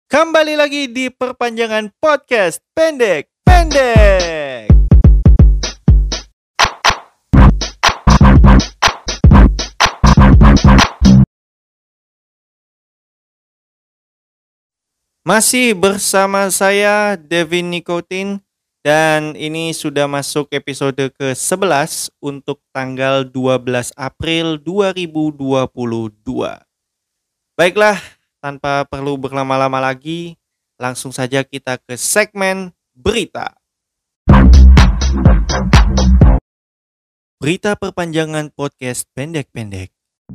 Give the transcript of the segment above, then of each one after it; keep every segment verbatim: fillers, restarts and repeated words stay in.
Kembali lagi di perpanjangan podcast pendek-pendek. Masih bersama saya Devin Nikotin dan ini sudah masuk episode ke sebelas untuk tanggal dua belas April dua ribu dua puluh dua. Baiklah, tanpa perlu berlama-lama lagi, langsung saja kita ke segmen berita. Berita perpanjangan podcast pendek-pendek.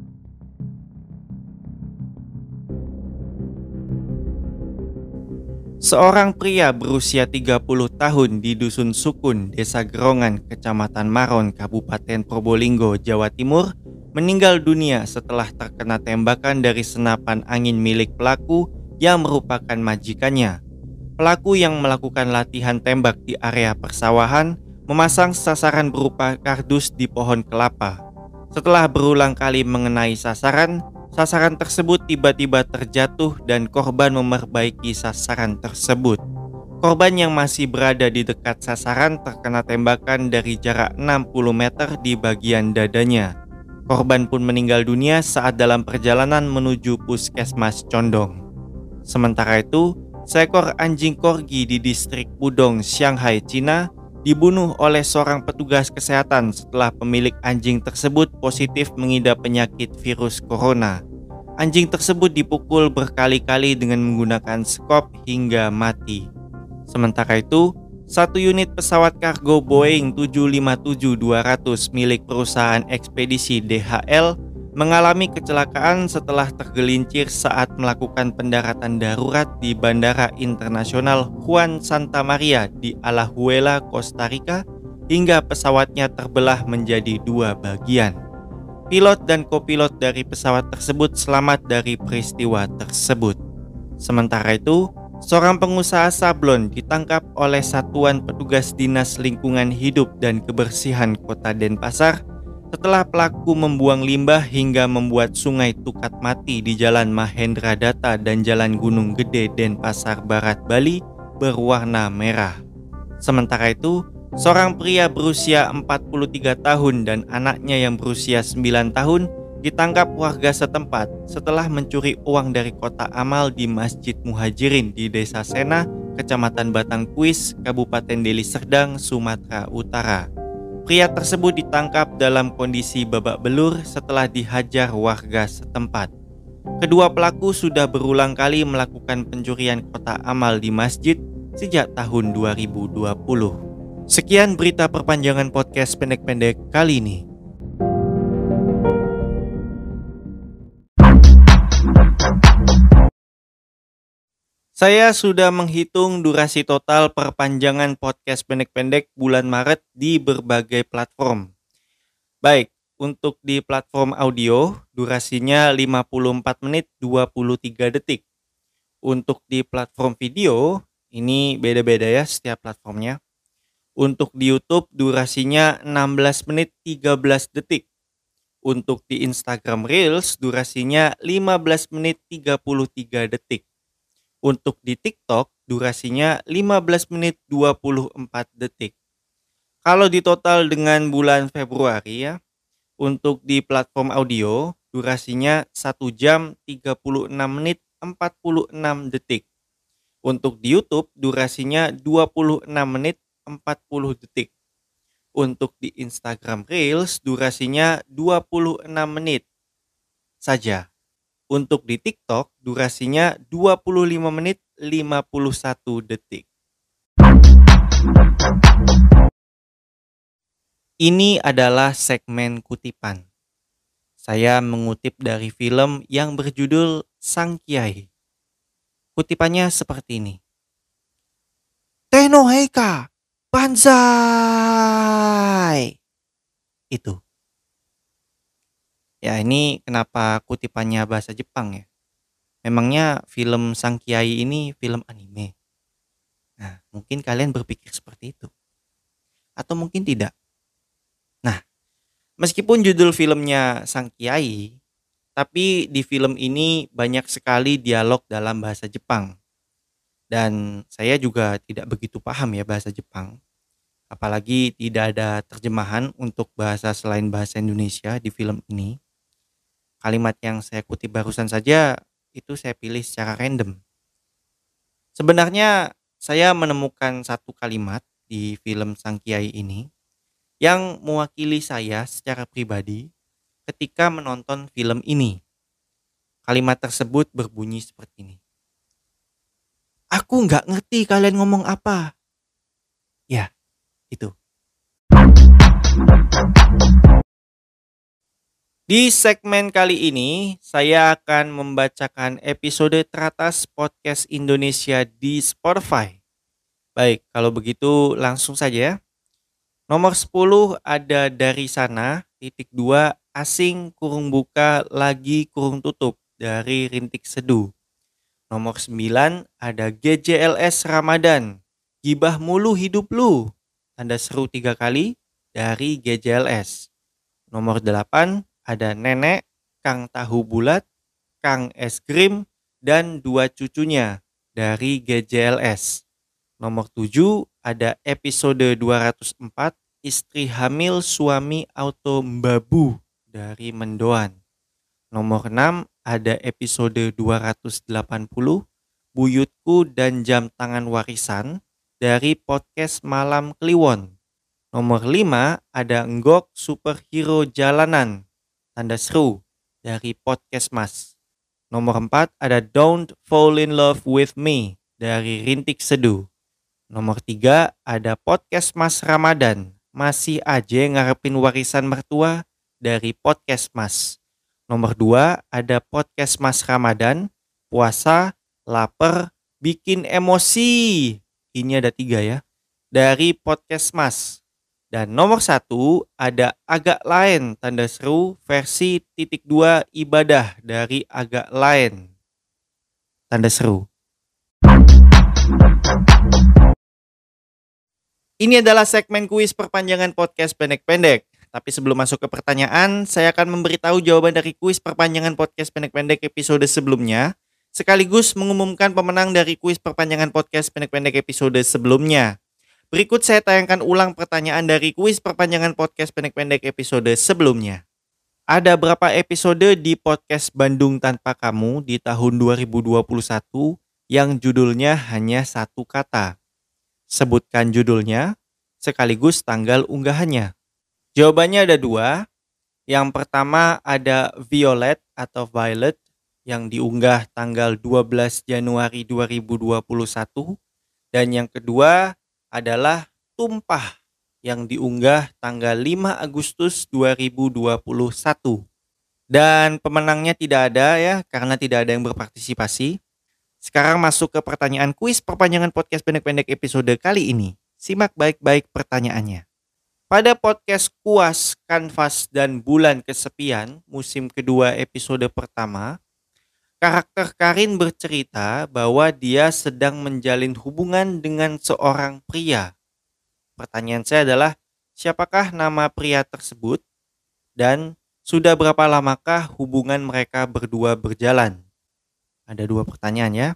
Seorang pria berusia tiga puluh tahun di Dusun Sukun, Desa Gerongan, Kecamatan Maron, Kabupaten Probolinggo, Jawa Timur, meninggal dunia setelah terkena tembakan dari senapan angin milik pelaku yang merupakan majikannya. Pelaku yang melakukan latihan tembak di area persawahan memasang sasaran berupa kardus di pohon kelapa. Setelah berulang kali mengenai sasaran, sasaran tersebut tiba-tiba terjatuh dan korban memperbaiki sasaran tersebut. Korban yang masih berada di dekat sasaran terkena tembakan dari jarak enam puluh meter di bagian dadanya. Korban pun meninggal dunia saat dalam perjalanan menuju puskesmas Condong. Sementara itu, seekor anjing corgi di distrik Pudong, Shanghai, Cina dibunuh oleh seorang petugas kesehatan setelah pemilik anjing tersebut positif mengidap penyakit virus corona. Anjing tersebut dipukul berkali-kali dengan menggunakan sekop hingga mati. Sementara itu, satu unit pesawat kargo Boeing tujuh lima tujuh dua ratus milik perusahaan ekspedisi D H L mengalami kecelakaan setelah tergelincir saat melakukan pendaratan darurat di Bandara Internasional Juan Santa Maria di Alajuela, Costa Rica, hingga pesawatnya terbelah menjadi dua bagian. Pilot dan kopilot dari pesawat tersebut selamat dari peristiwa tersebut. Sementara itu, seorang pengusaha sablon ditangkap oleh Satuan Petugas Dinas Lingkungan Hidup dan Kebersihan Kota Denpasar setelah pelaku membuang limbah hingga membuat sungai Tukat mati di Jalan Mahendra Data dan Jalan Gunung Gede Denpasar Barat, Bali berwarna merah. Sementara itu, seorang pria berusia empat puluh tiga tahun dan anaknya yang berusia sembilan tahun ditangkap warga setempat setelah mencuri uang dari kotak amal di Masjid Muhajirin di Desa Sena, Kecamatan Batangkuis, Kabupaten Deli Serdang, Sumatera Utara. Pria tersebut ditangkap dalam kondisi babak belur setelah dihajar warga setempat. Kedua pelaku sudah berulang kali melakukan pencurian kotak amal di masjid sejak tahun dua ribu dua puluh. Sekian berita perpanjangan podcast pendek-pendek kali ini. Saya sudah menghitung durasi total perpanjangan podcast pendek-pendek bulan Maret di berbagai platform. Baik, untuk di platform audio, durasinya lima puluh empat menit dua puluh tiga detik. Untuk di platform video, ini beda-beda ya setiap platformnya. Untuk di YouTube, durasinya enam belas menit tiga belas detik. Untuk di Instagram Reels, durasinya lima belas menit tiga puluh tiga detik. Untuk di TikTok, durasinya lima belas menit dua puluh empat detik. Kalau di total dengan bulan Februari ya, untuk di platform audio, durasinya satu jam tiga puluh enam menit empat puluh enam detik. Untuk di YouTube, durasinya dua puluh enam menit empat puluh detik. Untuk di Instagram Reels, durasinya dua puluh enam menit saja. Untuk di TikTok, durasinya dua puluh lima menit lima puluh satu detik. Ini adalah segmen kutipan. Saya mengutip dari film yang berjudul Sang Kiai. Kutipannya seperti ini. Tenno Heika, Banzai. Itu. Ya, ini kenapa kutipannya bahasa Jepang ya? Memangnya film Sang Kiai ini film anime? Nah, mungkin kalian berpikir seperti itu. Atau mungkin tidak. Nah, meskipun judul filmnya Sang Kiai, tapi di film ini banyak sekali dialog dalam bahasa Jepang. dan saya juga tidak begitu paham ya bahasa Jepang. Apalagi tidak ada terjemahan untuk bahasa selain bahasa Indonesia di film ini. Kalimat yang saya kutip barusan saja itu saya pilih secara random. Sebenarnya saya menemukan satu kalimat di film Sang Kiai ini yang mewakili saya secara pribadi ketika menonton film ini. Kalimat tersebut berbunyi seperti ini. Aku nggak ngerti kalian ngomong apa. Ya, itu. Di segmen kali ini, saya akan membacakan episode teratas podcast Indonesia di Spotify. Baik, kalau begitu langsung saja. Nomor sepuluh ada Dari Sana, titik dua, asing kurung buka lagi kurung tutup dari Rintik Seduh. Nomor sembilan ada G J L S Ramadan, gibah mulu hidup lu, tanda seru tiga kali dari G J L S. Nomor delapan ada Nenek, Kang Tahu Bulat, Kang Es Krim, dan dua cucunya dari G J L S. Nomor tujuh ada episode dua ratus empat, Istri Hamil Suami Auto Mbabu dari Mendoan. Nomor enam ada episode dua ratus delapan puluh, Buyutku dan Jam Tangan Warisan dari podcast Malam Kliwon. Nomor lima ada Enggok Superhero Jalanan, tanda seru dari podcast Mas. Nomor empat ada Don't Fall in Love with Me dari Rintik Seduh. Nomor tiga ada podcast Mas Ramadan, masih aja ngarepin warisan mertua dari podcast Mas. Nomor dua ada podcast Mas Ramadan, puasa, lapar, bikin emosi. Ini ada tiga ya, dari podcast Mas. Dan nomor satu ada Agak Lain, tanda seru, versi titik dua ibadah dari Agak Lain, tanda seru. Ini adalah segmen kuis perpanjangan podcast pendek-pendek. Tapi sebelum masuk ke pertanyaan, saya akan memberitahu jawaban dari kuis perpanjangan podcast pendek-pendek episode sebelumnya, sekaligus mengumumkan pemenang dari kuis perpanjangan podcast pendek-pendek episode sebelumnya. Berikut saya tayangkan ulang pertanyaan dari kuis perpanjangan podcast pendek-pendek episode sebelumnya. Ada berapa episode di podcast Bandung Tanpa Kamu di tahun dua ribu dua puluh satu yang judulnya hanya satu kata? Sebutkan judulnya, sekaligus tanggal unggahannya. Jawabannya ada dua. Yang pertama ada Violet atau Violet yang diunggah tanggal dua belas Januari dua ribu dua puluh satu. Dan yang kedua adalah Tumpah yang diunggah tanggal lima Agustus dua ribu dua puluh satu. Dan pemenangnya tidak ada ya, karena tidak ada yang berpartisipasi. Sekarang masuk ke pertanyaan kuis perpanjangan podcast pendek-pendek episode kali ini. Simak baik-baik pertanyaannya. Pada podcast Kuas, Kanvas, dan Bulan Kesepian musim kedua episode pertama, karakter Karin bercerita bahwa dia sedang menjalin hubungan dengan seorang pria. Pertanyaan saya adalah, siapakah nama pria tersebut? Dan sudah berapa lamakah hubungan mereka berdua berjalan? Ada dua pertanyaan ya.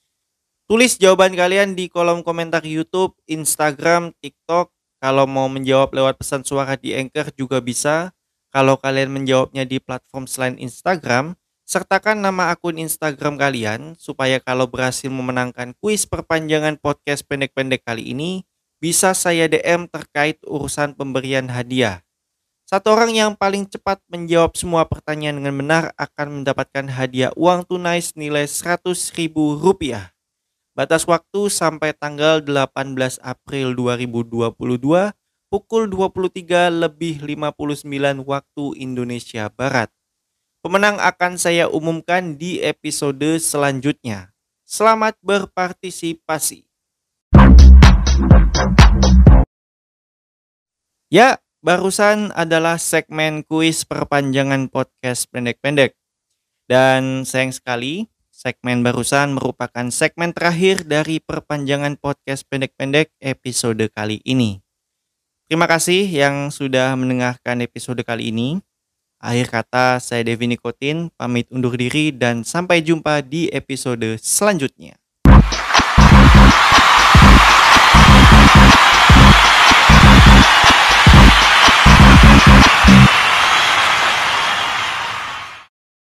Tulis jawaban kalian di kolom komentar YouTube, Instagram, TikTok. Kalau mau menjawab lewat pesan suara di Anchor juga bisa. Kalau kalian menjawabnya di platform selain Instagram, sertakan nama akun Instagram kalian supaya kalau berhasil memenangkan kuis perpanjangan podcast pendek-pendek kali ini, bisa saya D M terkait urusan pemberian hadiah. Satu orang yang paling cepat menjawab semua pertanyaan dengan benar akan mendapatkan hadiah uang tunai senilai seratus ribu rupiah. Batas waktu sampai tanggal delapan belas April dua ribu dua puluh dua pukul dua puluh tiga lebih lima puluh sembilan waktu Indonesia Barat. Pemenang akan saya umumkan di episode selanjutnya. Selamat berpartisipasi. Ya, barusan adalah segmen kuis perpanjangan podcast pendek-pendek. Dan sayang sekali, segmen barusan merupakan segmen terakhir dari perpanjangan podcast pendek-pendek episode kali ini. Terima kasih yang sudah mendengarkan episode kali ini. Akhir kata, saya Devi Nikotin, pamit undur diri dan sampai jumpa di episode selanjutnya.